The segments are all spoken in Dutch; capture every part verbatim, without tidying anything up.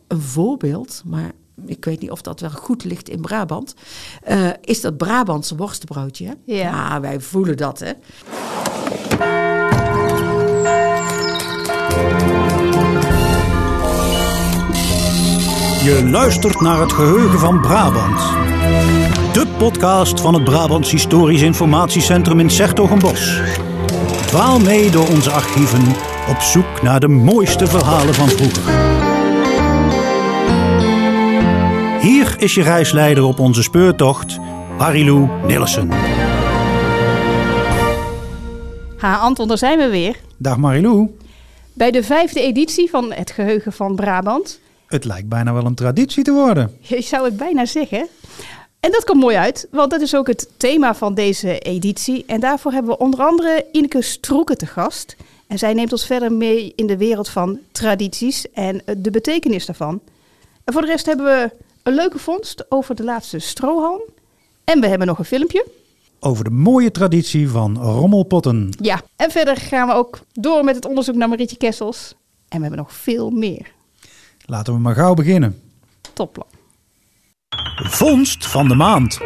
een voorbeeld, maar ik weet niet of dat wel goed ligt in Brabant, uh, is dat Brabantse worstenbroodje. Hè? Ja. ja, wij voelen dat, hè. Je luistert naar Het Geheugen van Brabant. De podcast van het Brabants Historisch Informatiecentrum in 's-Hertogenbosch. Dwaal mee door onze archieven op zoek naar de mooiste verhalen van vroeger. Hier is je reisleider op onze speurtocht, Marilou Nillissen. Ha, Anton, daar zijn we weer. Dag Marilou. Bij de vijfde editie van Het Geheugen van Brabant. Het lijkt bijna wel een traditie te worden. Je zou het bijna zeggen. En dat komt mooi uit, want dat is ook het thema van deze editie. En daarvoor hebben we onder andere Ineke Stroeke te gast. En zij neemt ons verder mee in de wereld van tradities en de betekenis daarvan. En voor de rest hebben we een leuke vondst over de laatste strohalm. En we hebben nog een filmpje. Over de mooie traditie van rommelpotten. Ja, en verder gaan we ook door met het onderzoek naar Marietje Kessels. En we hebben nog veel meer. Laten we maar gauw beginnen. Topplan. Vondst van de maand.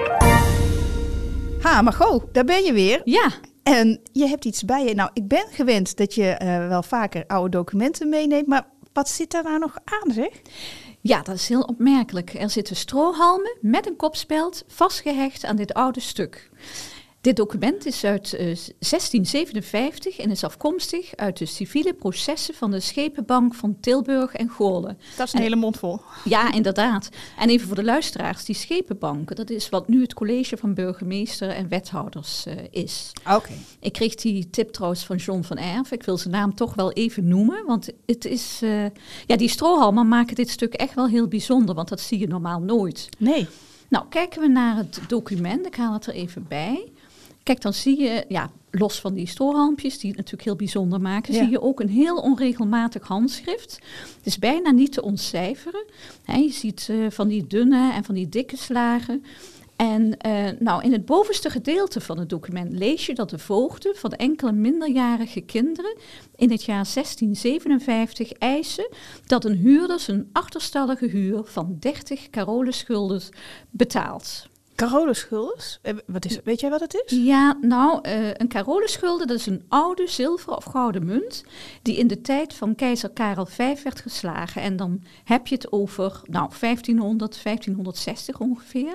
Ha, Margot, daar ben je weer. Ja. En je hebt iets bij je. Nou, ik ben gewend dat je uh, wel vaker oude documenten meeneemt. Maar wat zit daar nou nog aan, zeg? Ja, dat is heel opmerkelijk. Er zitten strohalmen met een kopspeld vastgehecht aan dit oude stuk. Dit document is uit uh, zestien zevenenvijftig en is afkomstig uit de civiele processen van de Schepenbank van Tilburg en Goorlen. Dat is een en, hele mond vol. Ja, inderdaad. En even voor de luisteraars, die Schepenbanken, dat is wat nu het college van burgemeester en wethouders uh, is. Oké. Okay. Ik kreeg die tip trouwens van John van Erf. Ik wil zijn naam toch wel even noemen, want het is, uh, ja, die strohalmen maken dit stuk echt wel heel bijzonder, want dat zie je normaal nooit. Nee. Nou, kijken we naar het document, ik haal het er even bij. Kijk, dan zie je, ja, los van die strohalmpjes, die het natuurlijk heel bijzonder maken, ja. zie je ook een heel onregelmatig handschrift. Het is bijna niet te ontcijferen. He, je ziet uh, van die dunne en van die dikke slagen. En uh, nou, in het bovenste gedeelte van het document lees je dat de voogden van enkele minderjarige kinderen in het jaar zestien zevenenvijftig eisen dat een huurder zijn achterstallige huur van dertig Carolus-guldens betaalt. Carolus-guldens? Wat is, weet jij wat het is? Ja, nou, uh, een Carolus-gulden, dat is een oude zilveren of gouden munt die in de tijd van keizer Karel de Vijfde werd geslagen. En dan heb je het over, nou, vijftienhonderd, vijftienhonderdzestig ongeveer.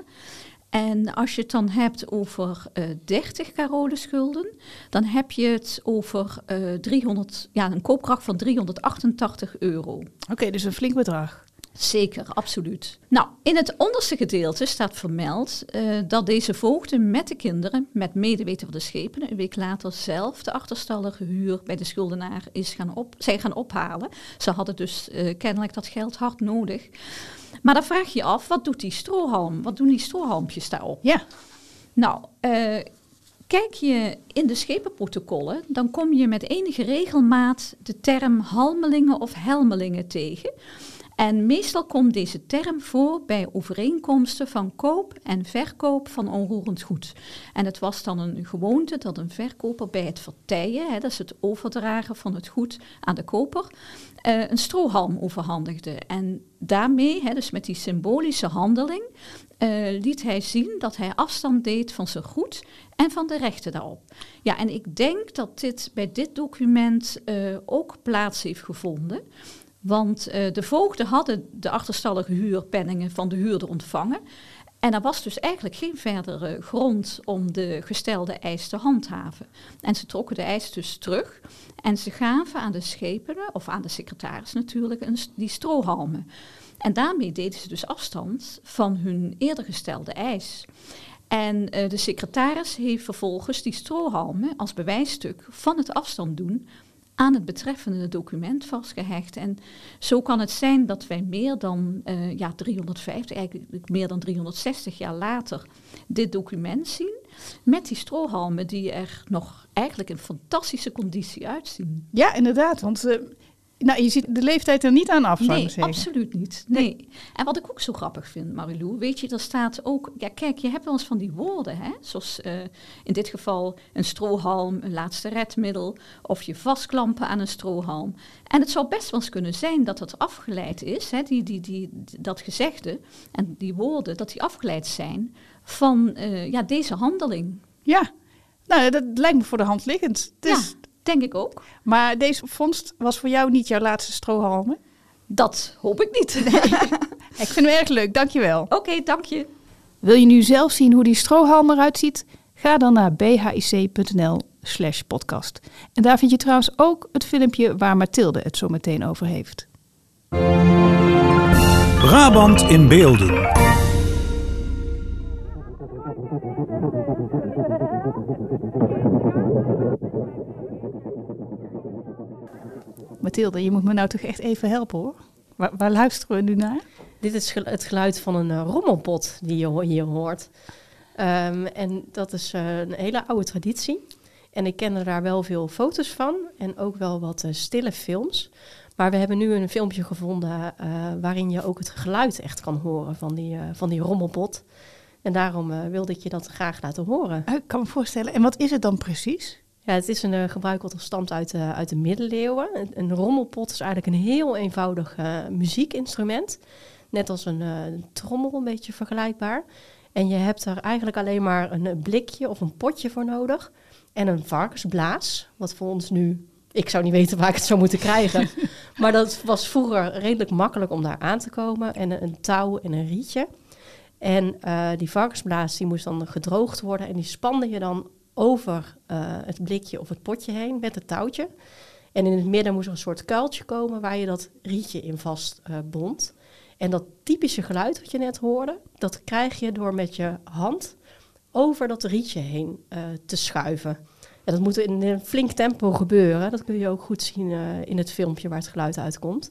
En als je het dan hebt over uh, dertig Carolus-gulden, dan heb je het over uh, driehonderd, ja, een koopkracht van driehonderdachtentachtig euro. Oké, okay, dus een flink bedrag. Zeker, absoluut. Nou, in het onderste gedeelte staat vermeld uh, dat deze voogden met de kinderen, met medeweten van de schepenen, een week later zelf de achterstallige huur bij de schuldenaar is gaan op, zijn gaan ophalen. Ze hadden dus uh, kennelijk dat geld hard nodig. Maar dan vraag je je af, wat doet die strohalm? Wat doen die strohalmpjes daarop? Ja. Nou, uh, kijk je in de schepenprotocollen, dan kom je met enige regelmaat de term halmelingen of helmelingen tegen. En meestal komt deze term voor bij overeenkomsten van koop en verkoop van onroerend goed. En het was dan een gewoonte dat een verkoper bij het vertijen, hè, dat is het overdragen van het goed aan de koper, uh, een strohalm overhandigde. En daarmee, hè, dus met die symbolische handeling, uh, liet hij zien dat hij afstand deed van zijn goed en van de rechten daarop. Ja, en ik denk dat dit bij dit document uh, ook plaats heeft gevonden. Want uh, de voogden hadden de achterstallige huurpenningen van de huurder ontvangen. En er was dus eigenlijk geen verdere grond om de gestelde eis te handhaven. En ze trokken de eis dus terug. En ze gaven aan de schepenen, of aan de secretaris natuurlijk, een, die strohalmen. En daarmee deden ze dus afstand van hun eerder gestelde eis. En uh, de secretaris heeft vervolgens die strohalmen als bewijsstuk van het afstand doen aan het betreffende document vastgehecht. En zo kan het zijn dat wij meer dan uh, ja, driehonderdvijftig, eigenlijk meer dan driehonderdzestig jaar later dit document zien met die strohalmen die er nog eigenlijk in fantastische conditie uitzien. Ja, inderdaad, want uh, Nou, je ziet de leeftijd er niet aan af, zou ik Nee, maar zeggen. absoluut niet. Nee. En wat ik ook zo grappig vind, Marilou, weet je, er staat ook... Ja, kijk, je hebt wel eens van die woorden, hè? Zoals uh, in dit geval een strohalm, een laatste redmiddel, of je vastklampen aan een strohalm. En het zou best wel eens kunnen zijn dat het afgeleid is, hè? Die, die, die, dat gezegde en die woorden, dat die afgeleid zijn van uh, ja, deze handeling. Ja, nou, dat lijkt me voor de hand liggend. Het is... Ja. Denk ik ook. Maar deze vondst was voor jou niet jouw laatste strohalm, hè? Dat hoop ik niet. Nee. Ik vind hem erg leuk, dankjewel. Oké, okay, dank je. Wil je nu zelf zien hoe die strohalm eruit ziet? Ga dan naar bhic.nl slash podcast. En daar vind je trouwens ook het filmpje waar Mathilde het zo meteen over heeft. Brabant in beelden. Mathilde, je moet me nou toch echt even helpen, hoor. Waar, waar luisteren we nu naar? Dit is het geluid van een uh, rommelpot die je hier hoort. Um, en dat is uh, een hele oude traditie. En ik ken er daar wel veel foto's van en ook wel wat uh, stille films. Maar we hebben nu een filmpje gevonden uh, waarin je ook het geluid echt kan horen van die, uh, van die rommelpot. En daarom uh, wilde ik je dat graag laten horen. Ik kan me voorstellen. En wat is het dan precies? Ja, het is een uh, gebruik wat stamt uit, uh, uit de middeleeuwen. Een, een rommelpot is eigenlijk een heel eenvoudig uh, muziekinstrument. Net als een uh, trommel, een beetje vergelijkbaar. En je hebt er eigenlijk alleen maar een blikje of een potje voor nodig. En een varkensblaas, wat voor ons nu... Ik zou niet weten waar ik het zou moeten krijgen. Maar dat was vroeger redelijk makkelijk om daar aan te komen. En een, een touw en een rietje. En uh, die varkensblaas die moest dan gedroogd worden. En die spande je dan over uh, het blikje of het potje heen met het touwtje. En in het midden moest er een soort kuiltje komen waar je dat rietje in vast uh, bond. En dat typische geluid wat je net hoorde, dat krijg je door met je hand over dat rietje heen uh, te schuiven. En dat moet in een flink tempo gebeuren. Dat kun je ook goed zien uh, in het filmpje waar het geluid uitkomt.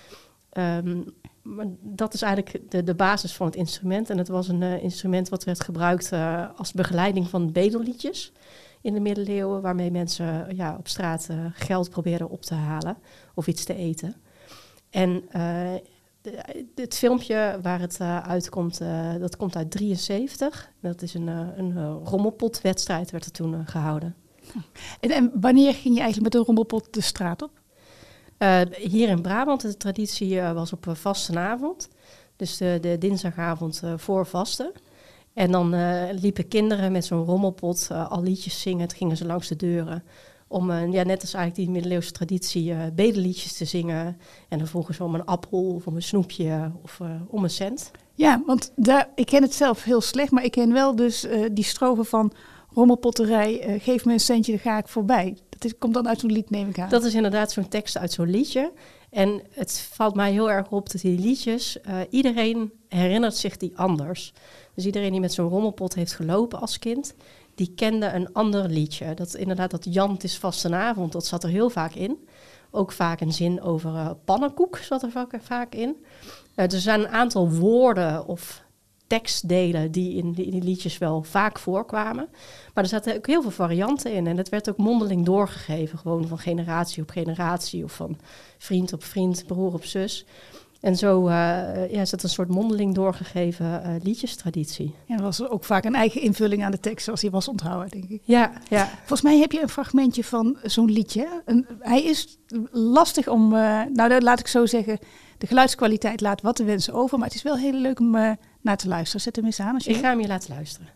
Um, maar dat is eigenlijk de, de basis van het instrument. En het was een uh, instrument wat werd gebruikt uh, als begeleiding van bedelliedjes in de middeleeuwen, waarmee mensen uh, ja, op straat uh, geld probeerden op te halen of iets te eten. En uh, de, het filmpje waar het uh, uitkomt, uh, dat komt uit drieënzeventig. Dat is een, uh, een uh, rommelpotwedstrijd, werd er toen uh, gehouden. En, en wanneer ging je eigenlijk met een rommelpot de straat op? Uh, hier in Brabant, de traditie uh, was op uh, vastenavond. Dus de, de dinsdagavond uh, voor vasten. En dan uh, liepen kinderen met zo'n rommelpot uh, al liedjes zingen. Het gingen ze langs de deuren. Om, uh, ja, net als eigenlijk die middeleeuwse traditie, uh, bedelliedjes te zingen. En dan vroegen ze om een appel of om een snoepje of uh, om een cent. Ja, want daar, ik ken het zelf heel slecht. Maar ik ken wel dus uh, die strofe van rommelpotterij. Uh, geef me een centje, dan ga ik voorbij. Dat is, komt dan uit zo'n lied, neem ik aan. Dat is inderdaad zo'n tekst uit zo'n liedje. En het valt mij heel erg op dat die liedjes, uh, iedereen herinnert zich die anders. Dus iedereen die met zo'n rommelpot heeft gelopen als kind, die kende een ander liedje. Dat inderdaad, dat Jan, het is vastenavond, dat zat er heel vaak in. Ook vaak een zin over uh, pannenkoek zat er vaak, vaak in. Uh, er zijn een aantal woorden of tekstdelen die in die, in die liedjes wel vaak voorkwamen. Maar er zaten ook heel veel varianten in. En het werd ook mondeling doorgegeven. Gewoon van generatie op generatie. Of van vriend op vriend, broer op zus. En zo uh, ja, is het een soort mondeling doorgegeven uh, liedjestraditie. En er was ook vaak een eigen invulling aan de tekst, zoals die was onthouden, denk ik. Ja, ja. Volgens mij heb je een fragmentje van zo'n liedje. Een, hij is lastig om, uh, nou laat ik zo zeggen, de geluidskwaliteit laat wat te wensen over. Maar het is wel heel leuk om uh, naar te luisteren. Zet hem eens aan. Als je ik ga hem je laten luisteren.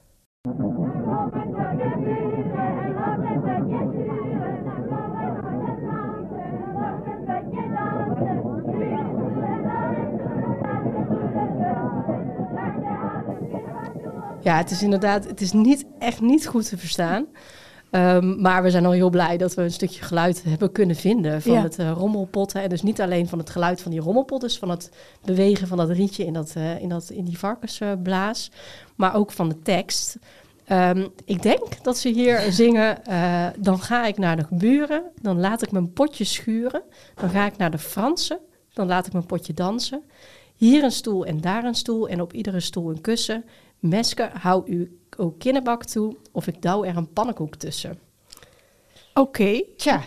Ja, het is inderdaad, het is niet, echt niet goed te verstaan. Um, maar we zijn al heel blij dat we een stukje geluid hebben kunnen vinden van ja. het uh, rommelpotten. En dus niet alleen van het geluid van die rommelpot, dus van het bewegen van dat rietje in, dat, uh, in, dat, in die varkensblaas. Uh, maar ook van de tekst. Um, ik denk dat ze hier zingen, uh, dan ga ik naar de buren, dan laat ik mijn potje schuren. Dan ga ik naar de Fransen, dan laat ik mijn potje dansen. Hier een stoel en daar een stoel en op iedere stoel een kussen. Meske, hou uw ook kinnebak toe of ik douw er een pannenkoek tussen. Oké. Okay. Tja.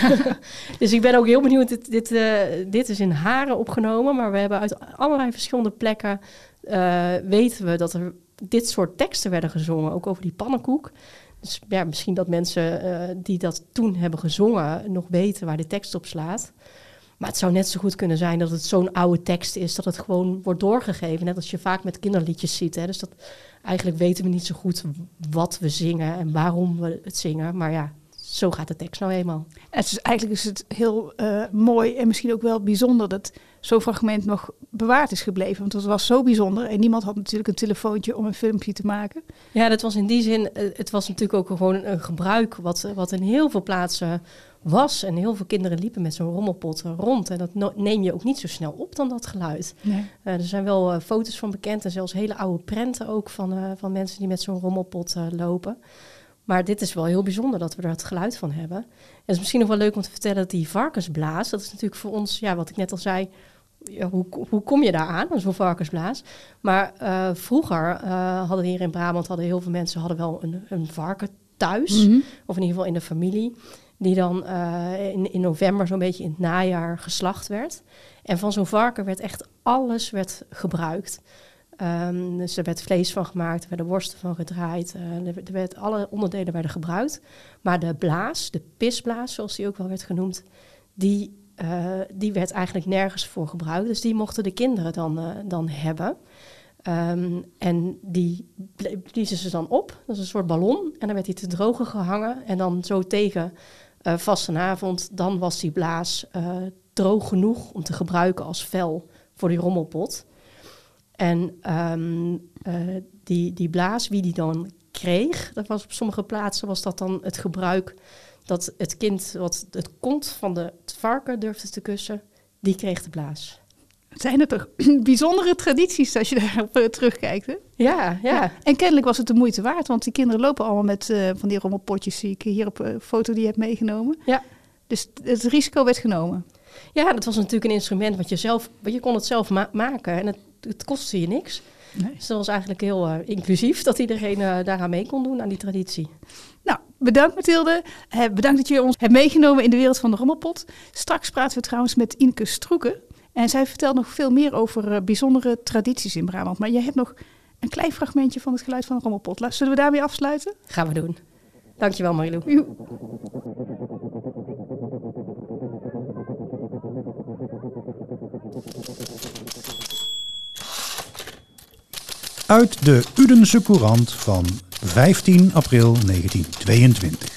Dus ik ben ook heel benieuwd. Dit, dit, uh, dit is in Haren opgenomen, maar we hebben uit allerlei verschillende plekken uh, weten we dat er dit soort teksten werden gezongen, ook over die pannenkoek. Dus ja, misschien dat mensen uh, die dat toen hebben gezongen nog weten waar de tekst op slaat. Maar het zou net zo goed kunnen zijn dat het zo'n oude tekst is, dat het gewoon wordt doorgegeven. Net als je vaak met kinderliedjes ziet. Hè? Dus dat eigenlijk weten we niet zo goed wat we zingen en waarom we het zingen. Maar ja, zo gaat de tekst nou eenmaal. Het is, eigenlijk is het heel uh, mooi en misschien ook wel bijzonder dat zo'n fragment nog bewaard is gebleven. Want het was zo bijzonder en niemand had natuurlijk een telefoontje om een filmpje te maken. Ja, dat was in die zin, uh, het was natuurlijk ook gewoon een gebruik wat, wat in heel veel plaatsen was. En heel veel kinderen liepen met zo'n rommelpot rond. En dat no- neem je ook niet zo snel op dan dat geluid. Nee. Uh, er zijn wel uh, foto's van bekend en zelfs hele oude prenten ook van, uh, van mensen die met zo'n rommelpot uh, lopen. Maar dit is wel heel bijzonder dat we er het geluid van hebben. En het is misschien nog wel leuk om te vertellen dat die varkensblaas, dat is natuurlijk voor ons, ja, wat ik net al zei, ja, hoe, hoe kom je daar aan, zo'n varkensblaas? Maar uh, vroeger uh, hadden hier in Brabant, hadden heel veel mensen hadden wel een, een varken thuis, mm-hmm. of in ieder geval in de familie, die dan uh, in, in november zo'n beetje in het najaar geslacht werd. En van zo'n varken werd echt alles werd gebruikt. Um, dus er werd vlees van gemaakt, er werden worsten van gedraaid, uh, er, er werd, alle onderdelen werden gebruikt. Maar de blaas, de pisblaas zoals die ook wel werd genoemd, die, uh, die werd eigenlijk nergens voor gebruikt. Dus die mochten de kinderen dan, uh, dan hebben. Um, en die bliezen ze dan op, dat is een soort ballon. En dan werd die te drogen gehangen en dan zo tegen uh, vastenavond, dan was die blaas uh, droog genoeg om te gebruiken als vel voor die rommelpot. En um, uh, die, die blaas, wie die dan kreeg, dat was op sommige plaatsen was dat dan het gebruik dat het kind wat het kont van de, het varken durfde te kussen, die kreeg de blaas. Zijn er toch bijzondere tradities als je daarop uh, terugkijkt, hè? Ja, ja, ja. En kennelijk was het de moeite waard, want die kinderen lopen allemaal met uh, van die rommelpotjes, zie ik hier op een uh, foto die je hebt meegenomen. Ja. Dus het risico werd genomen. Ja, dat was natuurlijk een instrument wat je zelf, je kon het zelf ma- maken en het, het kostte je niks. Nee. Dus dat was eigenlijk heel uh, inclusief dat iedereen uh, daaraan mee kon doen aan die traditie. Nou, bedankt Mathilde. Uh, bedankt dat je ons hebt meegenomen in de wereld van de rommelpot. Straks praten we trouwens met Ineke Stroeke. En zij vertelt nog veel meer over uh, bijzondere tradities in Brabant. Maar jij hebt nog een klein fragmentje van het geluid van de rommelpot. Zullen we daarmee afsluiten? Gaan we doen. Dankjewel Marilou. Jo. Uit de Udense Courant van vijftien april negentien tweeëntwintig.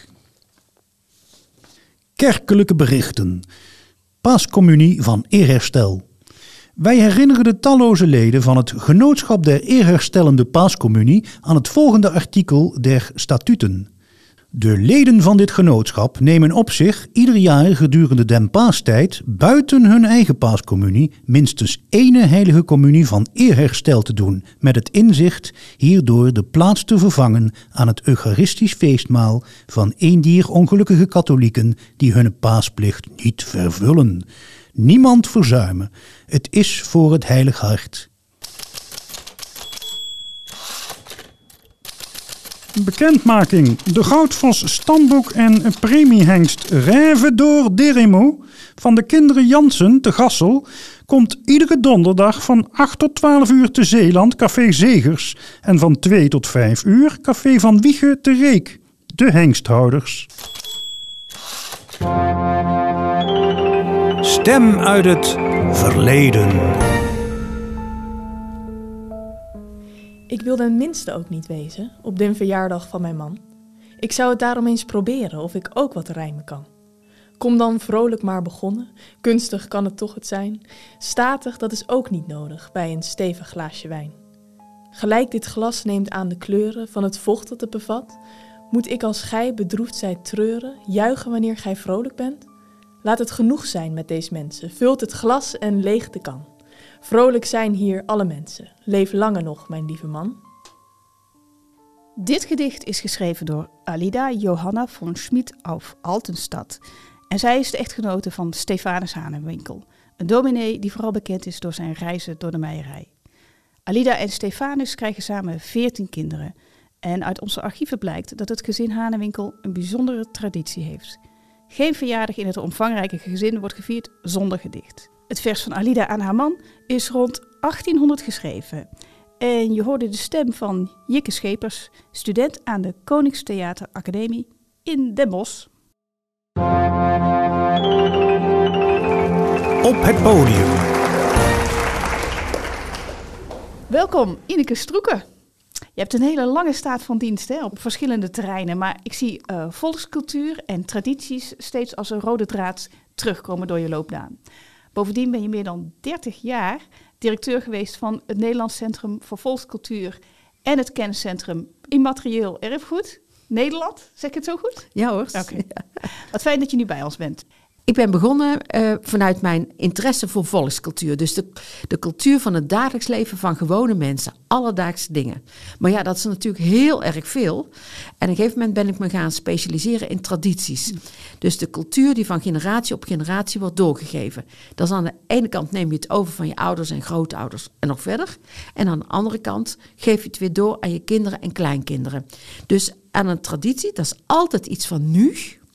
Kerkelijke berichten. Paascommunie van Eerherstel. Wij herinneren de talloze leden van het Genootschap der Eerherstellende Paascommunie aan het volgende artikel der statuten. De leden van dit genootschap nemen op zich ieder jaar gedurende den paastijd buiten hun eigen paascommunie minstens ene heilige communie van eerherstel te doen, met het inzicht hierdoor de plaats te vervangen aan het eucharistisch feestmaal van een dier ongelukkige katholieken die hun paasplicht niet vervullen. Niemand verzuimen. Het is voor het heilig hart. Bekendmaking. De goudvos, stambok en premiehengst Rêve door Deremo van de kinderen Jansen te Gassel komt iedere donderdag van acht tot twaalf uur te Zeeland, Café Zegers, en van twee tot vijf uur Café Van Wiege te Reek, de hengsthouders. Stem uit het verleden. Ik wil den minste ook niet wezen, op den verjaardag van mijn man. Ik zou het daarom eens proberen of ik ook wat rijmen kan. Kom dan vrolijk maar begonnen, kunstig kan het toch het zijn. Statig, dat is ook niet nodig bij een stevig glaasje wijn. Gelijk dit glas neemt aan de kleuren van het vocht dat het bevat, moet ik als gij bedroefd zijt treuren, juichen wanneer gij vrolijk bent? Laat het genoeg zijn met deze mensen, vult het glas en leeg de kan. Vrolijk zijn hier alle mensen. Leef lange nog, mijn lieve man. Dit gedicht is geschreven door Alida Johanna von Schmid auf Altenstad. En zij is de echtgenote van Stefanus Hanewinkel, een dominee die vooral bekend is door zijn reizen door de Meierij. Alida en Stefanus krijgen samen veertien kinderen. En uit onze archieven blijkt dat het gezin Hanewinkel een bijzondere traditie heeft. Geen verjaardag in het omvangrijke gezin wordt gevierd zonder gedicht. Het vers van Alida aan haar man is rond achttienhonderd geschreven. En je hoorde de stem van Jikke Schepers, student aan de Koningstheater Academie in Den Bosch. Op het podium. Welkom, Ineke Stroeke. Je hebt een hele lange staat van dienst hè, op verschillende terreinen. Maar ik zie uh, volkscultuur en tradities steeds als een rode draad terugkomen door je loopbaan. Bovendien ben je meer dan dertig jaar directeur geweest van het Nederlands Centrum voor Volkscultuur en het kenniscentrum Immaterieel Erfgoed. Nederland, zeg ik het zo goed? Ja hoor. Oké. Okay. Wat fijn dat je nu bij ons bent. Ik ben begonnen uh, vanuit mijn interesse voor volkscultuur. Dus de, de cultuur van het dagelijks leven van gewone mensen. Alledaagse dingen. Maar ja, dat is natuurlijk heel erg veel. En op een gegeven moment ben ik me gaan specialiseren in tradities. Mm. Dus de cultuur die van generatie op generatie wordt doorgegeven. Dat is aan de ene kant neem je het over van je ouders en grootouders en nog verder. En aan de andere kant geef je het weer door aan je kinderen en kleinkinderen. Dus aan een traditie, dat is altijd iets van nu.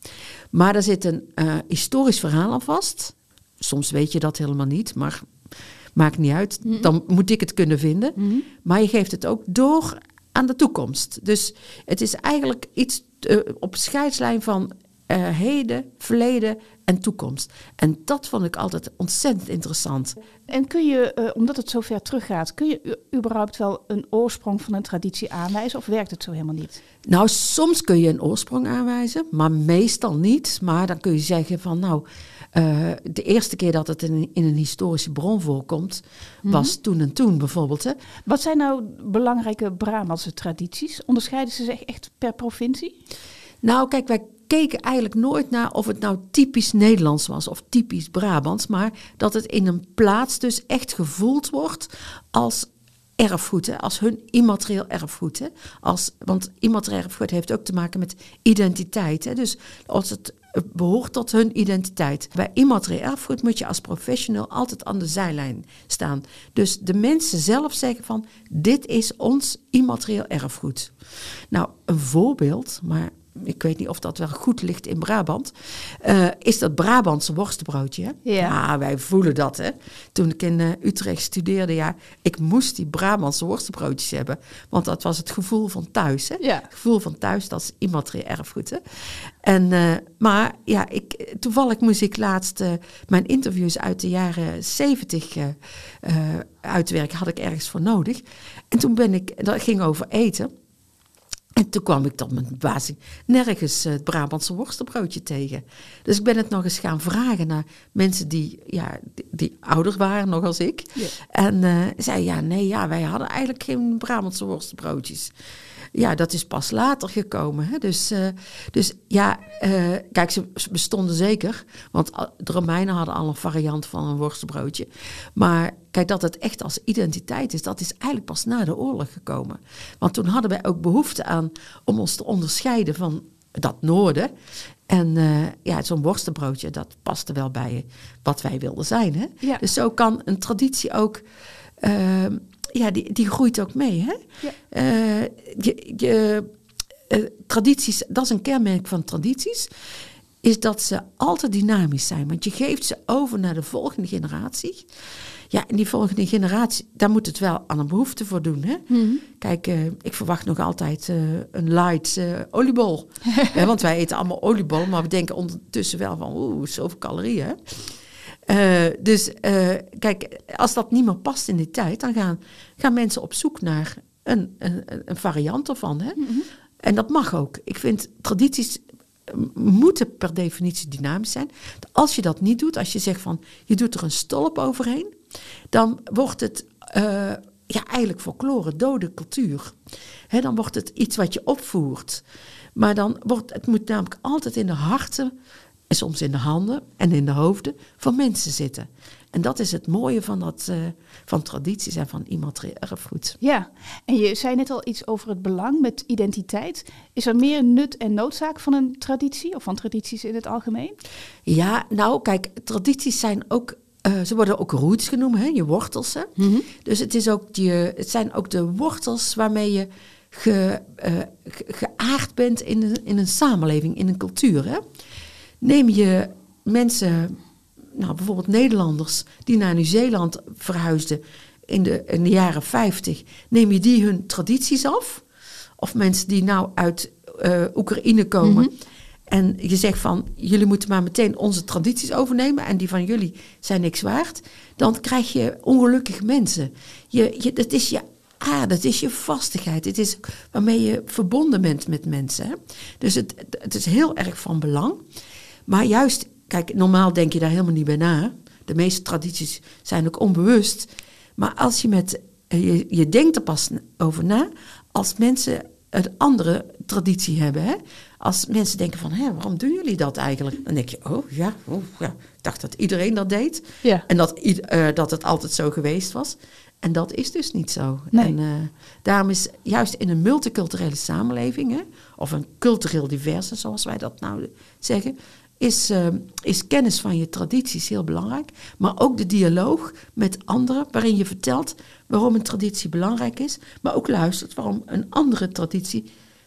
Maar er zit een uh, historisch verhaal aan vast. Soms weet je dat helemaal niet, maar maakt niet uit. Mm-hmm. Dan moet ik het kunnen vinden. Mm-hmm. Maar je geeft het ook door aan de toekomst. Dus het is eigenlijk iets uh, op scheidslijn van uh, heden, verleden en toekomst. En dat vond ik altijd ontzettend interessant. En kun je, uh, omdat het zo ver teruggaat, kun je u- überhaupt wel een oorsprong van een traditie aanwijzen? Of werkt het zo helemaal niet? Nou, soms kun je een oorsprong aanwijzen, maar meestal niet. Maar dan kun je zeggen van nou, uh, de eerste keer dat het in, in een historische bron voorkomt, mm-hmm. was toen en toen bijvoorbeeld. Hè. Wat zijn nou belangrijke Brabantse tradities? Onderscheiden ze zich echt per provincie? Nou, kijk, wij keken eigenlijk nooit naar of het nou typisch Nederlands was of typisch Brabants, maar dat het in een plaats dus echt gevoeld wordt als erfgoed, hè, als hun immaterieel erfgoed. Hè, als, want immaterieel erfgoed heeft ook te maken met identiteit. Hè, dus als het behoort tot hun identiteit. Bij immaterieel erfgoed moet je als professional altijd aan de zijlijn staan. Dus de mensen zelf zeggen van, dit is ons immaterieel erfgoed. Nou, een voorbeeld, maar ik weet niet of dat wel goed ligt in Brabant, uh, is dat Brabantse worstenbroodje. Hè? Ja. ja, wij voelen dat. Hè? Toen ik in uh, Utrecht studeerde, ja, ik moest die Brabantse worstenbroodjes hebben. Want dat was het gevoel van thuis. Hè? Ja. Het gevoel van thuis, dat is immaterieel erfgoed. Hè? En, uh, maar ja, ik, toevallig moest ik laatst uh, mijn interviews uit de jaren zeventig uh, uh, uitwerken. Had ik ergens voor nodig. En toen ben ik, dat ging over eten. En toen kwam ik tot mijn verbazing nergens uh, het Brabantse worstenbroodje tegen. Dus ik ben het nog eens gaan vragen naar mensen die, ja, die, die ouder waren nog als ik. Yeah. En uh, zei ja, nee, ja, wij hadden eigenlijk geen Brabantse worstenbroodjes. Ja, dat is pas later gekomen. Hè? Dus, uh, dus ja, uh, kijk, ze bestonden zeker. Want de Romeinen hadden al een variant van een worstenbroodje. Maar kijk, dat het echt als identiteit is, dat is eigenlijk pas na de oorlog gekomen. Want toen hadden wij ook behoefte aan om ons te onderscheiden van dat noorden. En uh, ja, zo'n worstenbroodje, dat paste wel bij wat wij wilden zijn. Hè? Ja. Dus zo kan een traditie ook... Uh, Ja, die, die groeit ook mee. Hè? Ja. Uh, je, je, uh, tradities, dat is een kenmerk van tradities, is dat ze altijd dynamisch zijn. Want je geeft ze over naar de volgende generatie. Ja, en die volgende generatie, daar moet het wel aan een behoefte voor doen. Hè? Mm-hmm. Kijk, uh, ik verwacht nog altijd uh, een light uh, oliebol. ja, want wij eten allemaal oliebol, maar we denken ondertussen wel van, oeh, zoveel calorieën. Hè? Uh, dus uh, kijk, als dat niet meer past in die tijd, dan gaan, gaan mensen op zoek naar een, een, een variant ervan. Hè? Mm-hmm. En dat mag ook. Ik vind tradities moeten per definitie dynamisch zijn. Als je dat niet doet, als je zegt van je doet er een stolp overheen, dan wordt het uh, ja, eigenlijk folklore, dode cultuur. Hè, dan wordt het iets wat je opvoert. Maar dan wordt het moet namelijk altijd in de harten en soms in de handen en in de hoofden van mensen zitten. En dat is het mooie van, dat, uh, van tradities en van immaterieel erfgoed. Ja, en je zei net al iets over het belang met identiteit. Is er meer nut en noodzaak van een traditie of van tradities in het algemeen? Ja, nou kijk, tradities zijn ook, uh, ze worden ook roots genoemd, hè, je wortels. Hè? Mm-hmm. Dus het, is ook je, het zijn ook de wortels waarmee je ge, uh, ge, geaard bent in een, in een samenleving, in een cultuur. Hè? neem je mensen, nou bijvoorbeeld Nederlanders die naar Nieuw-Zeeland verhuisden in de, in de jaren vijftig, neem je die hun tradities af? Of mensen die nou uit uh, Oekraïne komen mm-hmm. en je zegt van, jullie moeten maar meteen onze tradities overnemen en die van jullie zijn niks waard, dan krijg je ongelukkige mensen. Je, je, dat is je Ah, dat is je vastigheid. Het is waarmee je verbonden bent met mensen. Hè? Dus het, het is heel erg van belang. Maar juist, kijk, normaal denk je daar helemaal niet bij na. De meeste tradities zijn ook onbewust. Maar als je met, je, je denkt er pas over na als mensen een andere traditie hebben. Hè? Als mensen denken van, hé, waarom doen jullie dat eigenlijk? Dan denk je, oh ja, oh, ja. Ik dacht dat iedereen dat deed. Ja. En dat, uh, dat het altijd zo geweest was. En dat is dus niet zo. Nee. En uh, daarom is juist in een multiculturele samenleving, hè, of een cultureel diverse, zoals wij dat nou zeggen, is, uh, is kennis van je tradities heel belangrijk. Maar ook de dialoog met anderen, waarin je vertelt waarom een traditie belangrijk is, maar ook luistert waarom een andere traditie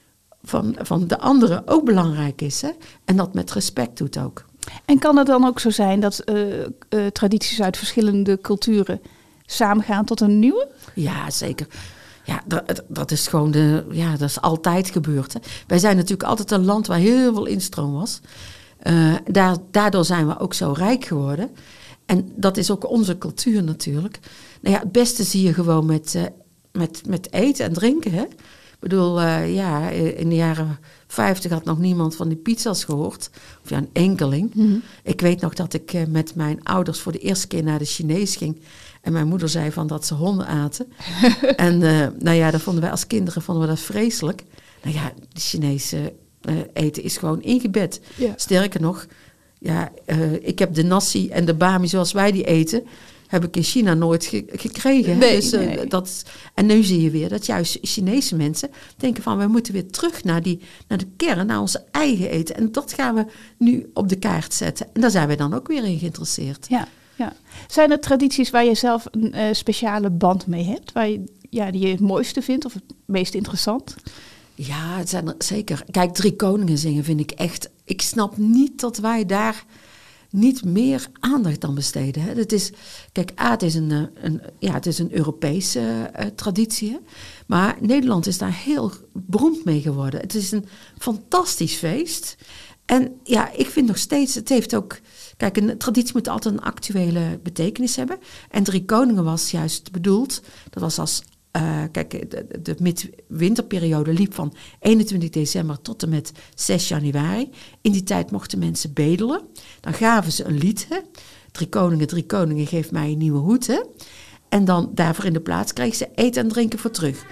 van, van de anderen ook belangrijk is. Hè? En dat met respect doet ook. En kan het dan ook zo zijn dat uh, uh, tradities uit verschillende culturen samengaan tot een nieuwe? Ja, zeker. Ja, dat, dat is gewoon de, ja, dat is altijd gebeurd. Hè. Wij zijn natuurlijk altijd een land waar heel veel instroom was. Uh, daar, daardoor zijn we ook zo rijk geworden. En dat is ook onze cultuur natuurlijk. Nou ja, het beste zie je gewoon met, uh, met, met eten en drinken. Hè. Ik bedoel, uh, ja, in de jaren vijftig had nog niemand van die pizza's gehoord. Of ja, een enkeling. Mm-hmm. Ik weet nog dat ik uh, met mijn ouders voor de eerste keer naar de Chinees ging. En mijn moeder zei van dat ze honden aten. En uh, nou ja, dat vonden wij als kinderen vonden we dat vreselijk. Nou ja, de Chinese uh, eten is gewoon ingebed. Ja. Sterker nog, ja, uh, ik heb de nasi en de bami zoals wij die eten, heb ik in China nooit ge- gekregen. Nee, dus, uh, nee. dat, en nu zie je weer dat juist Chinese mensen denken van, wij moeten weer terug naar, die, naar de kern, naar onze eigen eten. En dat gaan we nu op de kaart zetten. En daar zijn wij dan ook weer in geïnteresseerd. Ja. Ja. Zijn er tradities waar je zelf een uh, speciale band mee hebt? Waar je, ja, die je het mooiste vindt of het meest interessant? Ja, het zijn er zeker. Kijk, Drie Koningen zingen vind ik echt. Ik snap niet dat wij daar niet meer aandacht aan besteden. Hè. Het is, kijk, A, het is een, een, ja, het is een Europese uh, traditie. Hè. Maar Nederland is daar heel beroemd mee geworden. Het is een fantastisch feest. En ja, ik vind nog steeds, het heeft ook. Kijk, een traditie moet altijd een actuele betekenis hebben. En Drie Koningen was juist bedoeld. Dat was als, uh, kijk, de, de midwinterperiode liep van eenentwintig december tot en met zes januari. In die tijd mochten mensen bedelen. Dan gaven ze een lied. Hè? Drie Koningen, Drie Koningen, geef mij een nieuwe hoed. Hè? En dan daarvoor in de plaats kregen ze eten en drinken voor terug.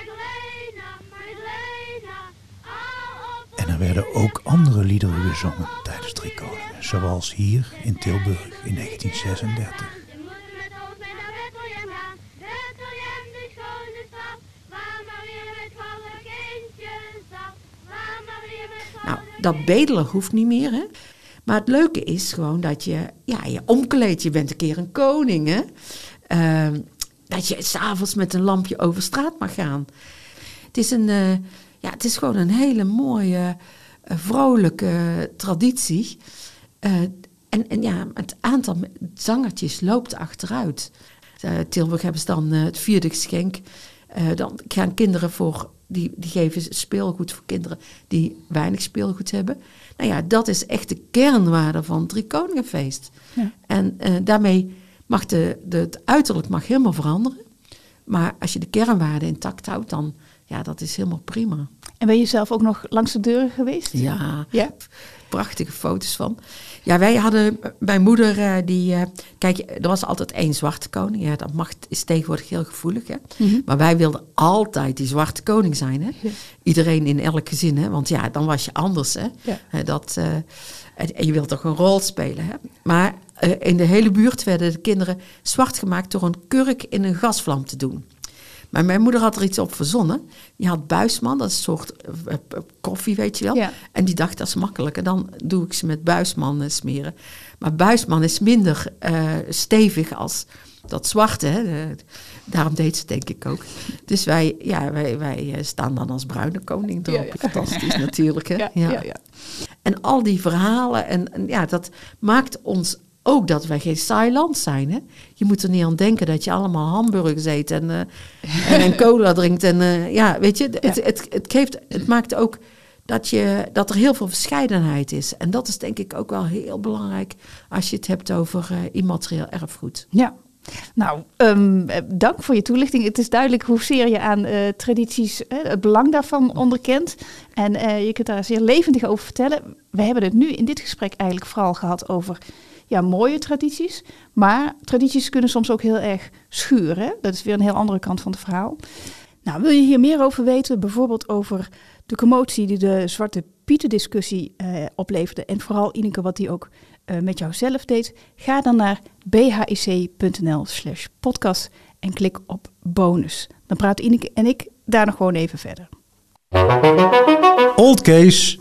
En er werden ook andere liederen gezongen tijdens Drie Koningen. Zoals hier in Tilburg in negentien zesendertig. Nou, dat bedelen hoeft niet meer, hè. Maar het leuke is gewoon dat je, ja, je omkleedt. Je bent een keer een koning, hè. Uh, dat je 's avonds met een lampje over straat mag gaan. Het is een, uh, ja, het is gewoon een hele mooie, uh, vrolijke traditie. Uh, en, en ja, het aantal zangertjes loopt achteruit. Uh, Tilburg hebben ze dan uh, het vierde geschenk. Uh, dan gaan kinderen voor, die, die geven speelgoed voor kinderen die weinig speelgoed hebben. Nou ja, dat is echt de kernwaarde van het Drie Koningenfeest. Ja. En uh, daarmee mag de, de, het uiterlijk mag helemaal veranderen. Maar als je de kernwaarde intact houdt, dan ja, dat is helemaal prima. En ben je zelf ook nog langs de deuren geweest? Ja, ja? Prachtige foto's van. Ja, wij hadden, mijn moeder, uh, die, uh, kijk, er was altijd één zwarte koning. Ja, dat mag, is tegenwoordig heel gevoelig, hè. Mm-hmm. Maar wij wilden altijd die zwarte koning zijn, hè. Ja. Iedereen in elk gezin, hè. Want ja, dan was je anders, hè. Ja. Uh, dat, uh, en je wilt toch een rol spelen, hè. Maar uh, in de hele buurt werden de kinderen zwart gemaakt door een kurk in een gasvlam te doen. Maar mijn moeder had er iets op verzonnen. Die had Buisman, dat is een soort uh, koffie, weet je wel. Ja. En die dacht, dat is makkelijk. En dan doe ik ze met Buisman uh, smeren. Maar Buisman is minder uh, stevig als dat zwarte. Hè. Uh, daarom deed ze denk ik ook. Dus wij, ja, wij, wij uh, staan dan als bruine koning erop. Ja, ja. Fantastisch natuurlijk. Hè. Ja, ja. Ja, ja. En al die verhalen, en, en ja, dat maakt ons ook dat wij geen saai land zijn. Hè? Je moet er niet aan denken dat je allemaal hamburgers eet en, uh, en, en cola drinkt. En uh, ja, weet je, het, het, het, geeft, het maakt ook dat, je, dat er heel veel verscheidenheid is. En dat is denk ik ook wel heel belangrijk als je het hebt over uh, immaterieel erfgoed. Ja. Nou, um, dank voor je toelichting. Het is duidelijk hoezeer je aan uh, tradities eh, het belang daarvan onderkent. En uh, je kunt daar zeer levendig over vertellen. We hebben het nu in dit gesprek eigenlijk vooral gehad over ja, mooie tradities. Maar tradities kunnen soms ook heel erg schuren. Hè? Dat is weer een heel andere kant van het verhaal. Nou, wil je hier meer over weten? Bijvoorbeeld over de commotie die de Zwarte Pieten discussie uh, opleverde. En vooral Ineke wat die ook uh, met jou zelf deed. Ga dan naar bhic.nl slash podcast en klik op bonus. Dan praten Ineke en ik daar nog gewoon even verder. Old Case.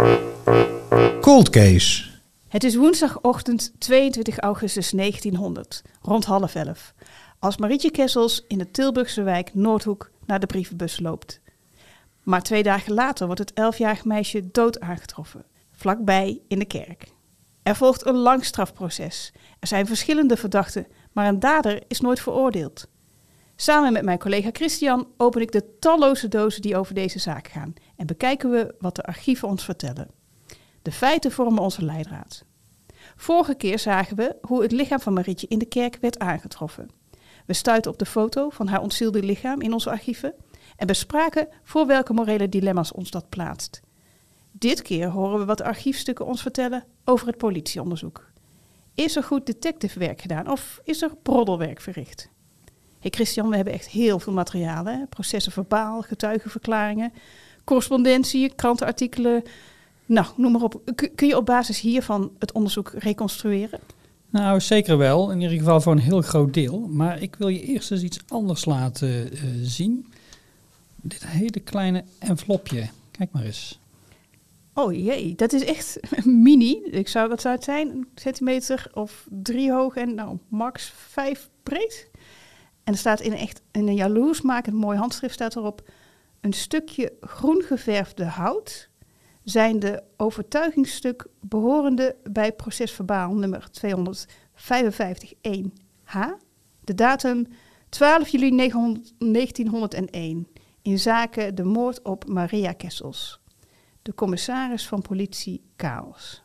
Cold Case. Het is woensdagochtend tweeëntwintig augustus negentienhonderd, rond half elf. Als Marietje Kessels in de Tilburgse wijk Noordhoek naar de brievenbus loopt. Maar twee dagen later wordt het elfjarig meisje dood aangetroffen, vlakbij in de kerk. Er volgt een lang strafproces. Er zijn verschillende verdachten, maar een dader is nooit veroordeeld. Samen met mijn collega Christian open ik de talloze dozen die over deze zaak gaan en bekijken we wat de archieven ons vertellen. De feiten vormen onze leidraad. Vorige keer zagen we hoe het lichaam van Marietje in de kerk werd aangetroffen. We stuiten op de foto van haar ontzielde lichaam in onze archieven en bespraken voor welke morele dilemma's ons dat plaatst. Dit keer horen we wat de archiefstukken ons vertellen over het politieonderzoek. Is er goed detectivewerk gedaan of is er broddelwerk verricht? Hey Christian, we hebben echt heel veel materiaal. Hè? Processen verbaal, getuigenverklaringen, correspondentie, krantenartikelen. Nou, noem maar op. Kun je op basis hiervan het onderzoek reconstrueren? Nou, zeker wel. In ieder geval voor een heel groot deel. Maar ik wil je eerst eens iets anders laten uh, zien. Dit hele kleine envelopje. Kijk maar eens. Oh jee, dat is echt mini. Ik zou, wat zou het zijn? Een centimeter of drie hoog en nou, max vijf breed. En er staat in een echt in een jaloersmakend mooi handschrift staat erop: een stukje groen geverfde hout zijn de overtuigingsstuk behorende bij procesverbaal nummer tweehonderdvijfenvijftig één H. De datum twaalf juli negentienhonderdéén in zaken de moord op Maria Kessels. De commissaris van politie Chaos.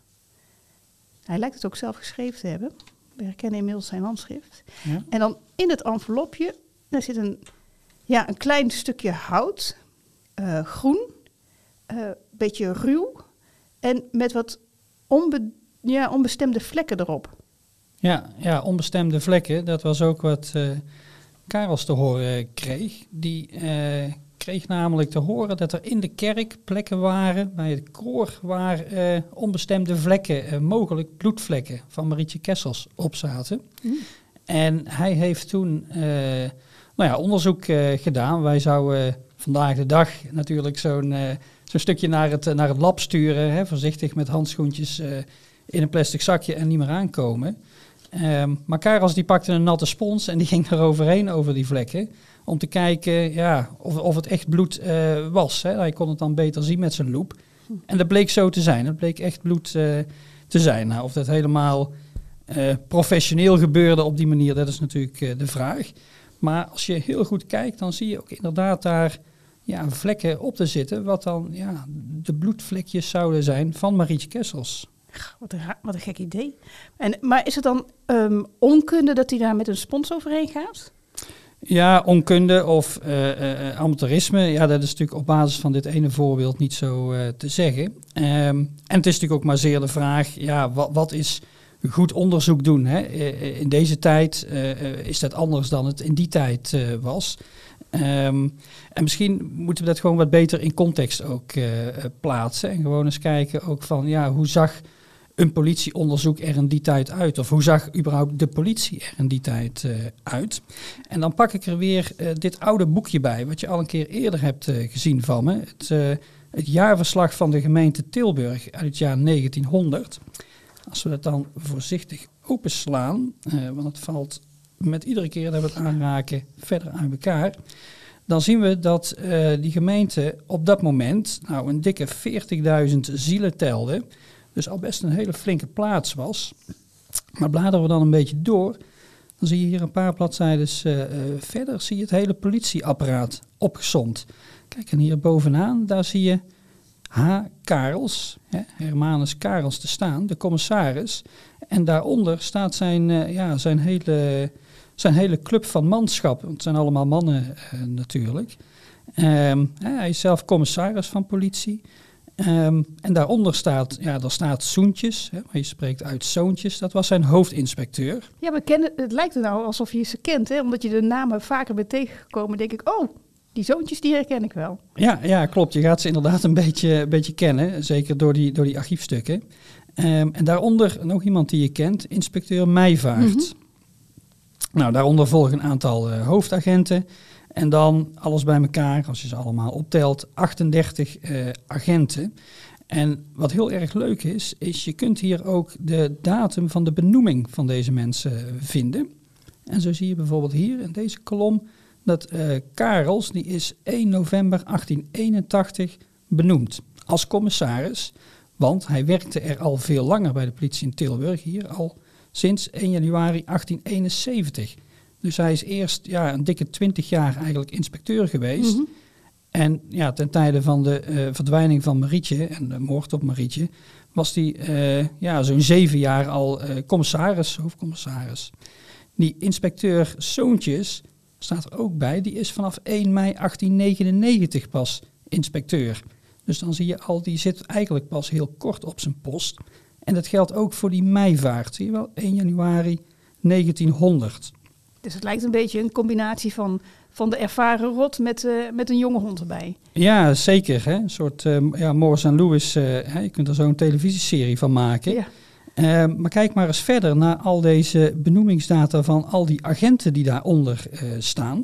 Hij lijkt het ook zelf geschreven te hebben. We herkennen inmiddels zijn handschrift. Ja. En dan in het envelopje, daar zit een, ja, een klein stukje hout, uh, groen, een uh, beetje ruw en met wat onbe, ja, onbestemde vlekken erop. Ja, ja, onbestemde vlekken. Dat was ook wat uh, Karels te horen kreeg. Die uh, kreeg namelijk te horen dat er in de kerk plekken waren bij het koor waar uh, onbestemde vlekken, uh, mogelijk bloedvlekken van Marietje Kessels op zaten. Mm. En hij heeft toen uh, nou ja, onderzoek uh, gedaan. Wij zouden uh, vandaag de dag natuurlijk zo'n, uh, zo'n stukje naar het, uh, naar het lab sturen, hè, voorzichtig met handschoentjes uh, in een plastic zakje en niet meer aankomen. Um, maar Karels die pakte een natte spons en die ging er overheen over die vlekken. Om te kijken ja, of, of het echt bloed uh, was. Hè. Hij kon het dan beter zien met zijn loep. En dat bleek zo te zijn. Het bleek echt bloed uh, te zijn. Nou, of dat helemaal uh, professioneel gebeurde op die manier, dat is natuurlijk uh, de vraag. Maar als je heel goed kijkt, dan zie je ook inderdaad daar ja, vlekken op te zitten. Wat dan ja, de bloedvlekjes zouden zijn van Marietje Kessels. Wat een, wat een gek idee. En, maar is het dan um, onkunde dat hij daar met een spons overheen gaat? Ja, onkunde of uh, uh, amateurisme. Ja, dat is natuurlijk op basis van dit ene voorbeeld niet zo uh, te zeggen. Um, en het is natuurlijk ook maar zeer de vraag, ja, wat, wat is goed onderzoek doen? Hè? Uh, in deze tijd uh, uh, is dat anders dan het in die tijd uh, was. Um, en misschien moeten we dat gewoon wat beter in context ook uh, plaatsen. En gewoon eens kijken ook van, ja, hoe zag een politieonderzoek er in die tijd uit? Of hoe zag überhaupt de politie er in die tijd uh, uit? En dan pak ik er weer uh, dit oude boekje bij, wat je al een keer eerder hebt uh, gezien van me. Het, uh, het jaarverslag van de gemeente Tilburg uit het jaar negentienhonderd. Als we dat dan voorzichtig openslaan, uh, want het valt met iedere keer dat we het aanraken verder aan elkaar, dan zien we dat uh, die gemeente op dat moment nou een dikke veertigduizend zielen telde, Dus al best een hele flinke plaats was. Maar bladeren we dan een beetje door, dan zie je hier een paar bladzijden uh, uh, verder, zie je het hele politieapparaat opgesomd. Kijk, en hier bovenaan, daar zie je H. Karels, hè, Hermanus Karels te staan, de commissaris. En daaronder staat zijn, uh, ja, zijn, hele, zijn hele club van manschap. Want het zijn allemaal mannen uh, natuurlijk. Um, hij is zelf commissaris van politie. Um, en daaronder staat, ja, daar staat Soentjes, hè, maar je spreekt uit Zoontjes. Dat was zijn hoofdinspecteur. Ja, we kennen, het lijkt er nou alsof je ze kent, hè? Omdat je de namen vaker bent tegengekomen. Denk ik, oh, die Zoontjes, die herken ik wel. Ja, ja, klopt. Je gaat ze inderdaad een beetje, een beetje kennen, zeker door die, door die archiefstukken. Um, en daaronder nog iemand die je kent, inspecteur Meijvaart. Mm-hmm. Nou, daaronder volgen een aantal uh, hoofdagenten. En dan alles bij elkaar, als je ze allemaal optelt, achtendertig uh, agenten. En wat heel erg leuk is, is je kunt hier ook de datum van de benoeming van deze mensen vinden. En zo zie je bijvoorbeeld hier in deze kolom dat uh, Karels, die is één november achttien eenentachtig benoemd als commissaris. Want hij werkte er al veel langer bij de politie in Tilburg, hier al sinds één januari achttien eenenzeventig. Dus hij is eerst ja, een dikke twintig jaar eigenlijk inspecteur geweest. Mm-hmm. En ja, ten tijde van de uh, verdwijning van Marietje en de moord op Marietje was hij uh, ja, zo'n zeven jaar al uh, commissaris, hoofdcommissaris. Die inspecteur Zoontjes staat er ook bij. Die is vanaf één mei achttien negenennegentig pas inspecteur. Dus dan zie je al, die zit eigenlijk pas heel kort op zijn post. En dat geldt ook voor die Meijvaart. Zie je wel, één januari negentienhonderd. Dus het lijkt een beetje een combinatie van, van de ervaren rot met, uh, met een jonge hond erbij. Ja, zeker. Hè? Een soort uh, ja, Morris en Lewis. Uh, hè? Je kunt er zo een televisieserie van maken. Ja. Uh, maar kijk maar eens verder naar al deze benoemingsdata van al die agenten die daaronder uh, staan.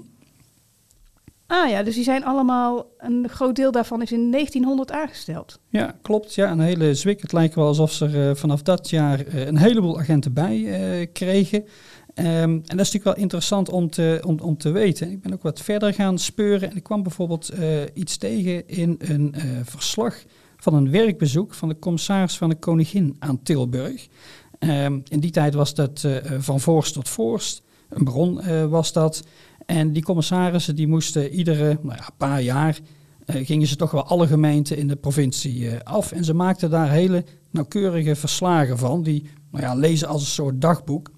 Ah ja, dus die zijn allemaal, een groot deel daarvan is in negentienhonderd aangesteld. Ja, klopt. Ja, een hele zwik. Het lijkt wel alsof ze er uh, vanaf dat jaar uh, een heleboel agenten bij uh, kregen. Um, en dat is natuurlijk wel interessant om te, om, om te weten. Ik ben ook wat verder gaan speuren en ik kwam bijvoorbeeld uh, iets tegen in een uh, verslag van een werkbezoek van de commissaris van de Koningin aan Tilburg. Um, in die tijd was dat uh, van voorst tot voorst, een bron uh, was dat. En die commissarissen die moesten iedere nou ja, paar jaar, uh, gingen ze toch wel alle gemeenten in de provincie uh, af. En ze maakten daar hele nauwkeurige verslagen van, die nou ja, lezen als een soort dagboek.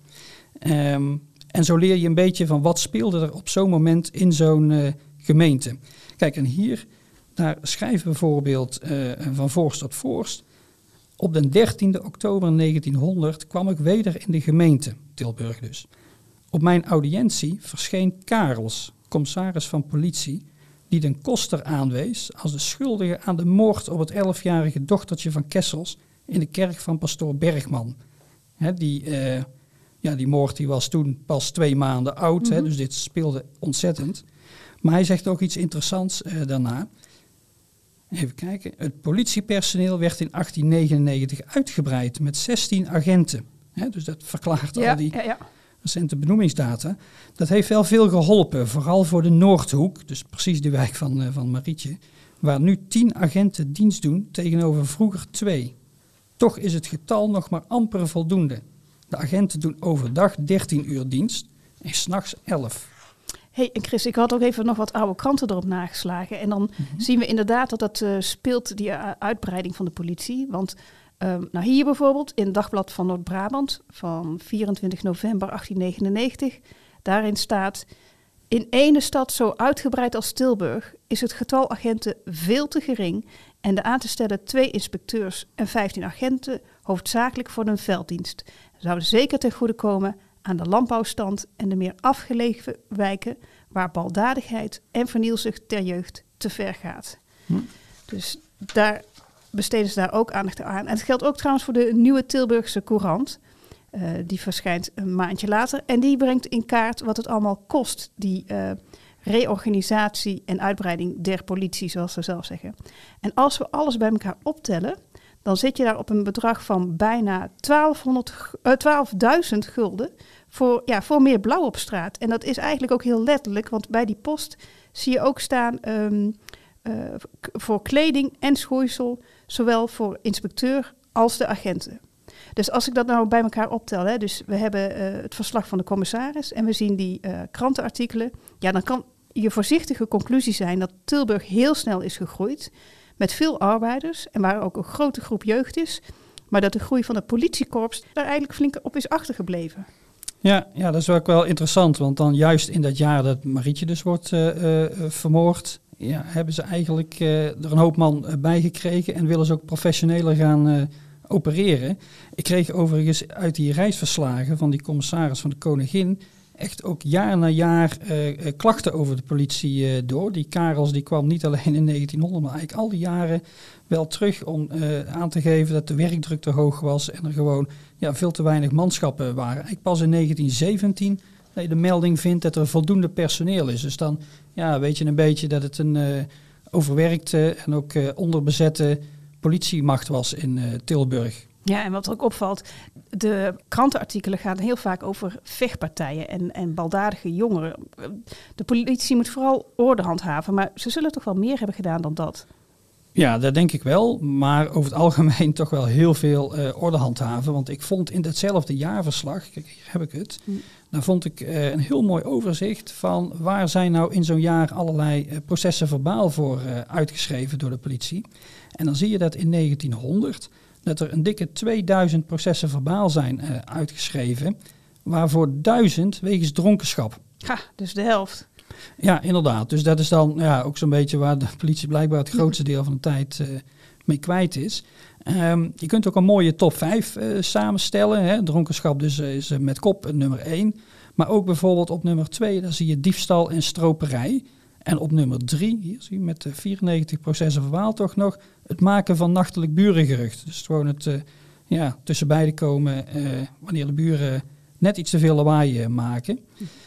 Um, en zo leer je een beetje van wat speelde er op zo'n moment in zo'n uh, gemeente. Kijk, en hier, daar schrijven we bijvoorbeeld uh, van voorst tot voorst. Op de dertiende oktober negentienhonderd kwam ik weder in de gemeente, Tilburg dus. Op mijn audiëntie verscheen Karels, commissaris van politie, die den koster aanwees als de schuldige aan de moord op het elfjarige dochtertje van Kessels in de kerk van pastoor Bergman. He, die... Uh, Ja, die moord die was toen pas twee maanden oud, mm-hmm. hè, dus dit speelde ontzettend. Maar hij zegt ook iets interessants uh, daarna. Even kijken. Het politiepersoneel werd in achttien negenennegentig uitgebreid met zestien agenten. Hè, dus dat verklaart ja, al die ja, ja. recente benoemingsdata. Dat heeft wel veel geholpen, vooral voor de Noordhoek, dus precies de wijk van, uh, van Marietje, waar nu tien agenten dienst doen tegenover vroeger twee. Toch is het getal nog maar amper voldoende. De agenten doen overdag dertien uur dienst en 's nachts elf. Hey, en Chris, ik had ook even nog wat oude kranten erop nageslagen. En dan mm-hmm. zien we inderdaad dat dat uh, speelt, die uh, uitbreiding van de politie. Want um, nou hier bijvoorbeeld, in het Dagblad van Noord-Brabant van vierentwintig november achttien negenennegentig. Daarin staat: in ene stad zo uitgebreid als Tilburg is het getal agenten veel te gering en de aan te stellen twee inspecteurs en vijftien agenten hoofdzakelijk voor de velddienst zouden zeker ten goede komen aan de landbouwstand en de meer afgelegen wijken waar baldadigheid en vernielzucht ter jeugd te ver gaat. Hm. Dus daar besteden ze daar ook aandacht aan. En het geldt ook trouwens voor de Nieuwe Tilburgse Courant. Uh, die verschijnt een maandje later en die brengt in kaart wat het allemaal kost, die uh, reorganisatie en uitbreiding der politie, zoals ze zelf zeggen. En als we alles bij elkaar optellen, dan zit je daar op een bedrag van bijna twaalfduizend gulden voor, ja, voor meer blauw op straat. En dat is eigenlijk ook heel letterlijk, want bij die post zie je ook staan um, uh, k- voor kleding en schoeisel, zowel voor inspecteur als de agenten. Dus als ik dat nou bij elkaar optel, hè, dus we hebben uh, het verslag van de commissaris en we zien die uh, krantenartikelen, ja, dan kan je voorzichtige conclusie zijn dat Tilburg heel snel is gegroeid met veel arbeiders en waar ook een grote groep jeugd is, maar dat de groei van het politiekorps daar eigenlijk flink op is achtergebleven. Ja, ja, dat is ook wel interessant, want dan juist in dat jaar dat Marietje dus wordt uh, uh, vermoord, ja, hebben ze eigenlijk uh, er een hoop man uh, bij gekregen en willen ze ook professioneler gaan uh, opereren. Ik kreeg overigens uit die reisverslagen van die commissaris van de Koningin echt ook jaar na jaar uh, uh, klachten over de politie uh, door. Die Karels die kwam niet alleen in negentienhonderd, maar eigenlijk al die jaren wel terug om uh, aan te geven dat de werkdruk te hoog was en er gewoon ja, veel te weinig manschappen waren. Eigenlijk pas in negentien zeventien dat je de melding vindt dat er voldoende personeel is. Dus dan ja, weet je een beetje dat het een uh, overwerkte en ook uh, onderbezette politiemacht was in uh, Tilburg. Ja, en wat ook opvalt, de krantenartikelen gaan heel vaak over vechtpartijen en, en baldadige jongeren. De politie moet vooral orde handhaven, maar ze zullen toch wel meer hebben gedaan dan dat? Ja, dat denk ik wel, maar over het algemeen toch wel heel veel uh, orde handhaven. Want ik vond in datzelfde jaarverslag, kijk hier heb ik het, hm. daar vond ik uh, een heel mooi overzicht van waar zijn nou in zo'n jaar allerlei uh, processen verbaal voor uh, uitgeschreven door de politie. En dan zie je dat in negentienhonderd... dat er een dikke tweeduizend processen verbaal zijn uh, uitgeschreven, waarvoor duizend wegens dronkenschap. Ja, dus de helft. Ja, inderdaad. Dus dat is dan ja, ook zo'n beetje waar de politie blijkbaar het grootste deel van de tijd uh, mee kwijt is. Um, je kunt ook een mooie top vijf uh, samenstellen. Hè. Dronkenschap dus uh, is uh, met kop nummer één. Maar ook bijvoorbeeld op nummer twee, daar zie je diefstal en stroperij. En op nummer drie, hier zie je met de vierennegentig processen verbaal toch nog, het maken van nachtelijk burengerucht. Dus gewoon het uh, ja, tussen beiden komen uh, wanneer de buren net iets te veel lawaai uh, maken.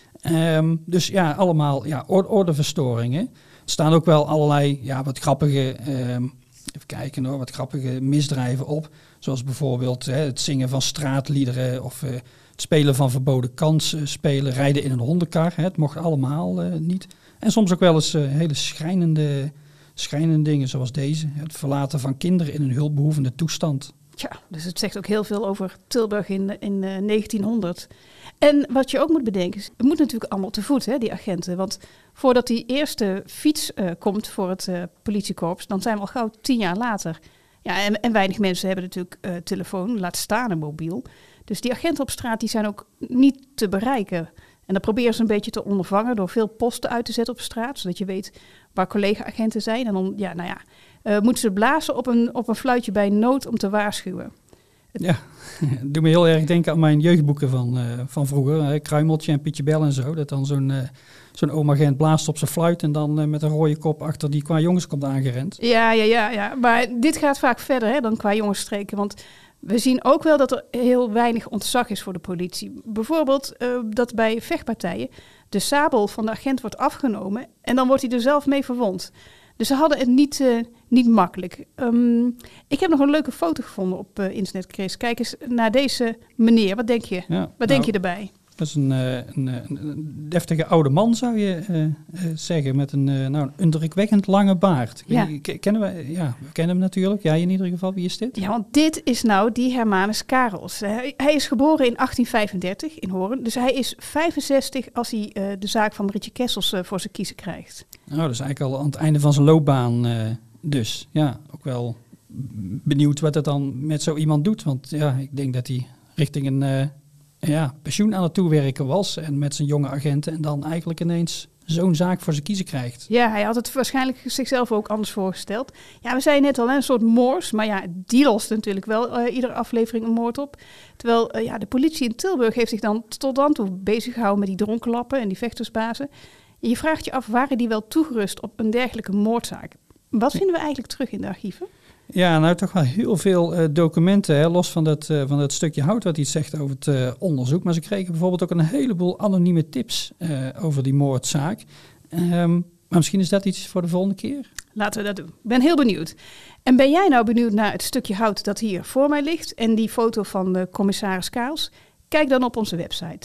Um, dus ja, allemaal ja, orde, ordeverstoringen. Er staan ook wel allerlei ja, wat grappige, um, even kijken hoor, wat grappige misdrijven op. Zoals bijvoorbeeld hè, het zingen van straatliederen of uh, het spelen van verboden kansspelen, rijden in een hondenkar. Hè, het mocht allemaal uh, niet. En soms ook wel eens uh, hele schrijnende, schrijnende dingen zoals deze. Het verlaten van kinderen in een hulpbehoevende toestand. Ja, dus het zegt ook heel veel over Tilburg in, in uh, negentienhonderd. En wat je ook moet bedenken, is, het moet natuurlijk allemaal te voet, hè, die agenten. Want voordat die eerste fiets uh, komt voor het uh, politiekorps, dan zijn we al gauw tien jaar later. Ja, en, en weinig mensen hebben natuurlijk uh, telefoon, laat staan een mobiel. Dus die agenten op straat die zijn ook niet te bereiken. En dat proberen ze een beetje te ondervangen door veel posten uit te zetten op straat, zodat je weet waar collega-agenten zijn. En dan ja, nou ja, uh, moeten ze blazen op een, op een fluitje bij nood om te waarschuwen. Ja, dat doet me heel erg denken aan mijn jeugdboeken van, uh, van vroeger. Hè. Kruimeltje en Pietje Bel en zo. Dat dan zo'n, uh, zo'n oom-agent blaast op zijn fluit en dan uh, met een rode kop achter die qua jongens komt aangerend. Ja, ja, ja, ja. Maar dit gaat vaak verder hè, dan qua jongensstreken. Want we zien ook wel dat er heel weinig ontzag is voor de politie. Bijvoorbeeld uh, dat bij vechtpartijen de sabel van de agent wordt afgenomen en dan wordt hij er zelf mee verwond. Dus ze hadden het niet, uh, niet makkelijk. Um, ik heb nog een leuke foto gevonden op uh, internet, Chris. Kijk eens naar deze meneer. Wat denk je? Ja, Wat nou, denk je erbij? Dat is een, uh, een, een deftige oude man, zou je uh, uh, zeggen, met een, uh, nou, een indrukwekkend lange baard. Ja. Kennen we, ja, we kennen hem natuurlijk. Jij in ieder geval. Wie is dit? Ja, want dit is nou die Hermanus Karels. Hij, hij is geboren in achttien vijfendertig in Hoorn. Dus hij is vijfenzestig als hij uh, de zaak van Marietje Kessels uh, voor zijn kiezen krijgt. Nou, dat is eigenlijk al aan het einde van zijn loopbaan uh, dus. Ja, ook wel benieuwd wat het dan met zo iemand doet. Want ja, ik denk dat hij richting een uh, ja, pensioen aan het toewerken was. En met zijn jonge agenten. En dan eigenlijk ineens zo'n zaak voor zijn kiezen krijgt. Ja, hij had het waarschijnlijk zichzelf ook anders voorgesteld. Ja, we zeiden net al, een soort moors. Maar ja, die lost natuurlijk wel uh, iedere aflevering een moord op. Terwijl uh, ja, de politie in Tilburg heeft zich dan tot dan toe bezig gehouden met die dronkenlappen en die vechtersbazen. Je vraagt je af, waren die wel toegerust op een dergelijke moordzaak? Wat vinden we eigenlijk terug in de archieven? Ja, nou toch wel heel veel uh, documenten, hè, los van dat, uh, van dat stukje hout wat iets zegt over het uh, onderzoek. Maar ze kregen bijvoorbeeld ook een heleboel anonieme tips uh, over die moordzaak. Um, maar misschien is dat iets voor de volgende keer. Laten we dat doen. Ik ben heel benieuwd. En ben jij nou benieuwd naar het stukje hout dat hier voor mij ligt en die foto van de commissaris Karels? Kijk dan op onze website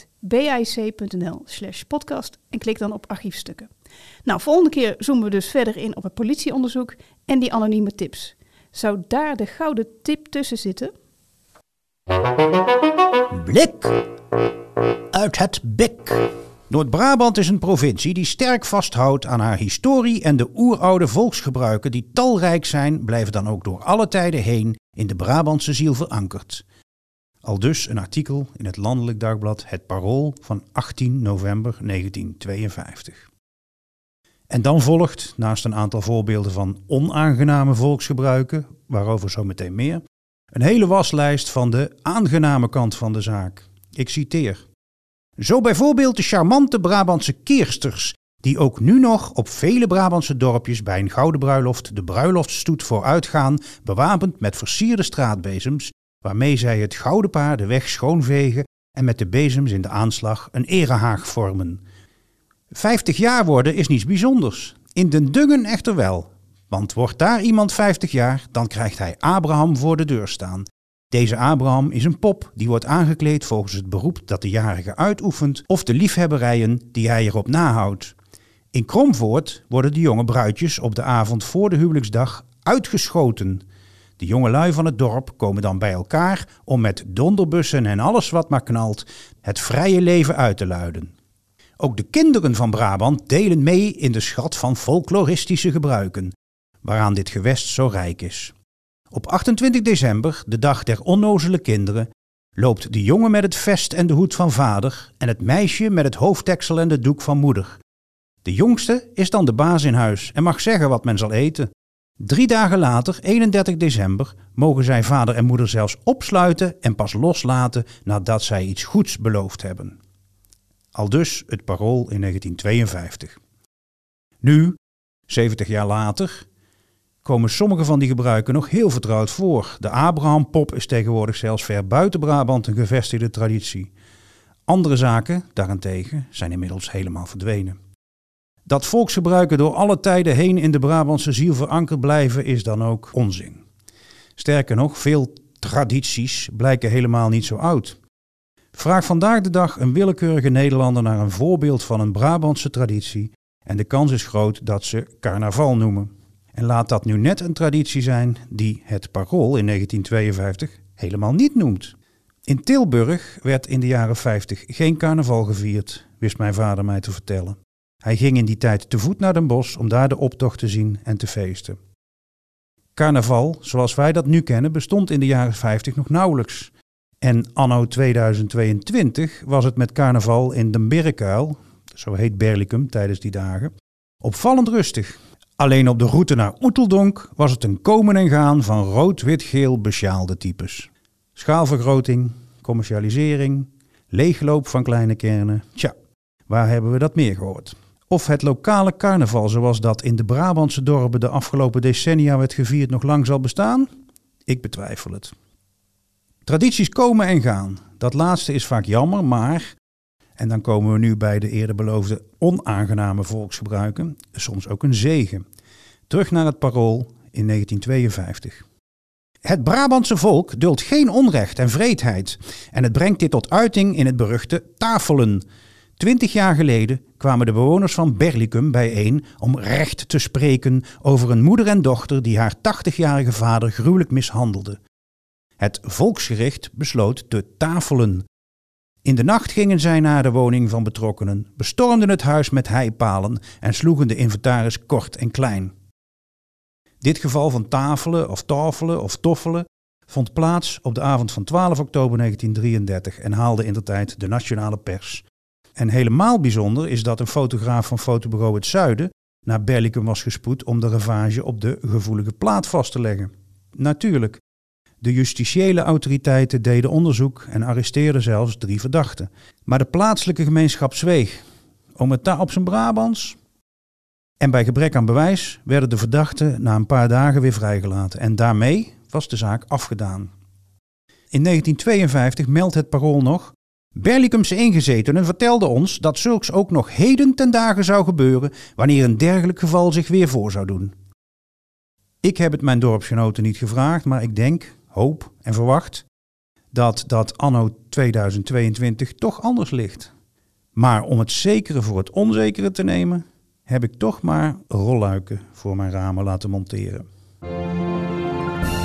bic.nl slash podcast en klik dan op archiefstukken. Nou, volgende keer zoomen we dus verder in op het politieonderzoek en die anonieme tips. Zou daar de gouden tip tussen zitten? Blik uit het bek. Noord-Brabant is een provincie die sterk vasthoudt aan haar historie en de oeroude volksgebruiken die talrijk zijn, blijven dan ook door alle tijden heen in de Brabantse ziel verankerd. Aldus een artikel in het landelijk dagblad Het Parool van achttien november negentien tweeënvijftig. En dan volgt, naast een aantal voorbeelden van onaangename volksgebruiken, waarover zo meteen meer, een hele waslijst van de aangename kant van de zaak. Ik citeer. Zo bijvoorbeeld de charmante Brabantse keersters, die ook nu nog op vele Brabantse dorpjes bij een gouden bruiloft de bruiloftsstoet vooruitgaan, bewapend met versierde straatbezems, waarmee zij het gouden paar de weg schoonvegen en met de bezems in de aanslag een erehaag vormen. Vijftig jaar worden is niets bijzonders, in den Dungen echter wel. Want wordt daar iemand vijftig jaar, dan krijgt hij Abraham voor de deur staan. Deze Abraham is een pop die wordt aangekleed volgens het beroep dat de jarige uitoefent of de liefhebberijen die hij erop nahoudt. In Kromvoort worden de jonge bruidjes op de avond voor de huwelijksdag uitgeschoten. De jongelui van het dorp komen dan bij elkaar om met donderbussen en alles wat maar knalt het vrije leven uit te luiden. Ook de kinderen van Brabant delen mee in de schat van folkloristische gebruiken, waaraan dit gewest zo rijk is. Op achtentwintig december, de dag der onnozele kinderen, loopt de jongen met het vest en de hoed van vader en het meisje met het hoofddeksel en de doek van moeder. De jongste is dan de baas in huis en mag zeggen wat men zal eten. Drie dagen later, eenendertig december, mogen zij vader en moeder zelfs opsluiten en pas loslaten nadat zij iets goeds beloofd hebben. Aldus het Parool in negentien tweeënvijftig. Nu, zeventig jaar later, komen sommige van die gebruiken nog heel vertrouwd voor. De Abraham-pop is tegenwoordig zelfs ver buiten Brabant een gevestigde traditie. Andere zaken, daarentegen, zijn inmiddels helemaal verdwenen. Dat volksgebruiken door alle tijden heen in de Brabantse ziel verankerd blijven is dan ook onzin. Sterker nog, veel tradities blijken helemaal niet zo oud. Vraag vandaag de dag een willekeurige Nederlander naar een voorbeeld van een Brabantse traditie en de kans is groot dat ze carnaval noemen. En laat dat nu net een traditie zijn die het Parool in negentien tweeënvijftig helemaal niet noemt. In Tilburg werd in de jaren vijftig geen carnaval gevierd, wist mijn vader mij te vertellen. Hij ging in die tijd te voet naar Den Bosch om daar de optocht te zien en te feesten. Carnaval, zoals wij dat nu kennen, bestond in de jaren vijftig nog nauwelijks. En anno tweeduizend tweeëntwintig was het met carnaval in Den Birkuil, zo heet Berlicum tijdens die dagen, opvallend rustig. Alleen op de route naar Oeteldonk was het een komen en gaan van rood-wit-geel besjaalde types. Schaalvergroting, commercialisering, leegloop van kleine kernen. Tja, waar hebben we dat meer gehoord? Of het lokale carnaval zoals dat in de Brabantse dorpen de afgelopen decennia werd gevierd nog lang zal bestaan? Ik betwijfel het. Tradities komen en gaan. Dat laatste is vaak jammer, maar, en dan komen we nu bij de eerder beloofde onaangename volksgebruiken, soms ook een zegen. Terug naar het Parool in negentien tweeënvijftig. Het Brabantse volk duldt geen onrecht en wreedheid en het brengt dit tot uiting in het beruchte tafelen. Twintig jaar geleden kwamen de bewoners van Berlicum bijeen om recht te spreken over een moeder en dochter die haar tachtigjarige vader gruwelijk mishandelde. Het volksgericht besloot te tafelen. In de nacht gingen zij naar de woning van betrokkenen, bestormden het huis met heipalen en sloegen de inventaris kort en klein. Dit geval van tafelen of tafelen of toffelen vond plaats op de avond van twaalf oktober negentien drieëndertig en haalde indertijd de nationale pers. En helemaal bijzonder is dat een fotograaf van fotobureau Het Zuiden naar Berlicum was gespoed om de ravage op de gevoelige plaat vast te leggen. Natuurlijk, de justitiële autoriteiten deden onderzoek en arresteerden zelfs drie verdachten. Maar de plaatselijke gemeenschap zweeg. Om het daar op zijn Brabants. En bij gebrek aan bewijs werden de verdachten na een paar dagen weer vrijgelaten. En daarmee was de zaak afgedaan. In negentien tweeënvijftig meldt het Parool nog: Berlicumse ingezetenen vertelden ons dat zulks ook nog heden ten dagen zou gebeuren wanneer een dergelijk geval zich weer voor zou doen. Ik heb het mijn dorpsgenoten niet gevraagd, maar ik denk, hoop en verwacht dat dat anno tweeduizend tweeëntwintig toch anders ligt. Maar om het zekere voor het onzekere te nemen, heb ik toch maar rolluiken voor mijn ramen laten monteren.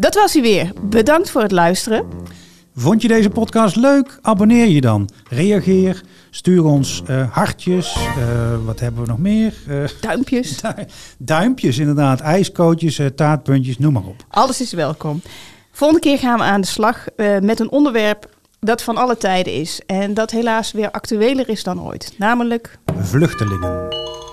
Dat was hij weer. Bedankt voor het luisteren. Vond je deze podcast leuk? Abonneer je dan. Reageer. Stuur ons uh, hartjes. Uh, wat hebben we nog meer? Uh, Duimpjes. Du- duimpjes inderdaad. IJskootjes, uh, taartpuntjes, noem maar op. Alles is welkom. Volgende keer gaan we aan de slag uh, met een onderwerp dat van alle tijden is. En dat helaas weer actueler is dan ooit. Namelijk... Vluchtelingen.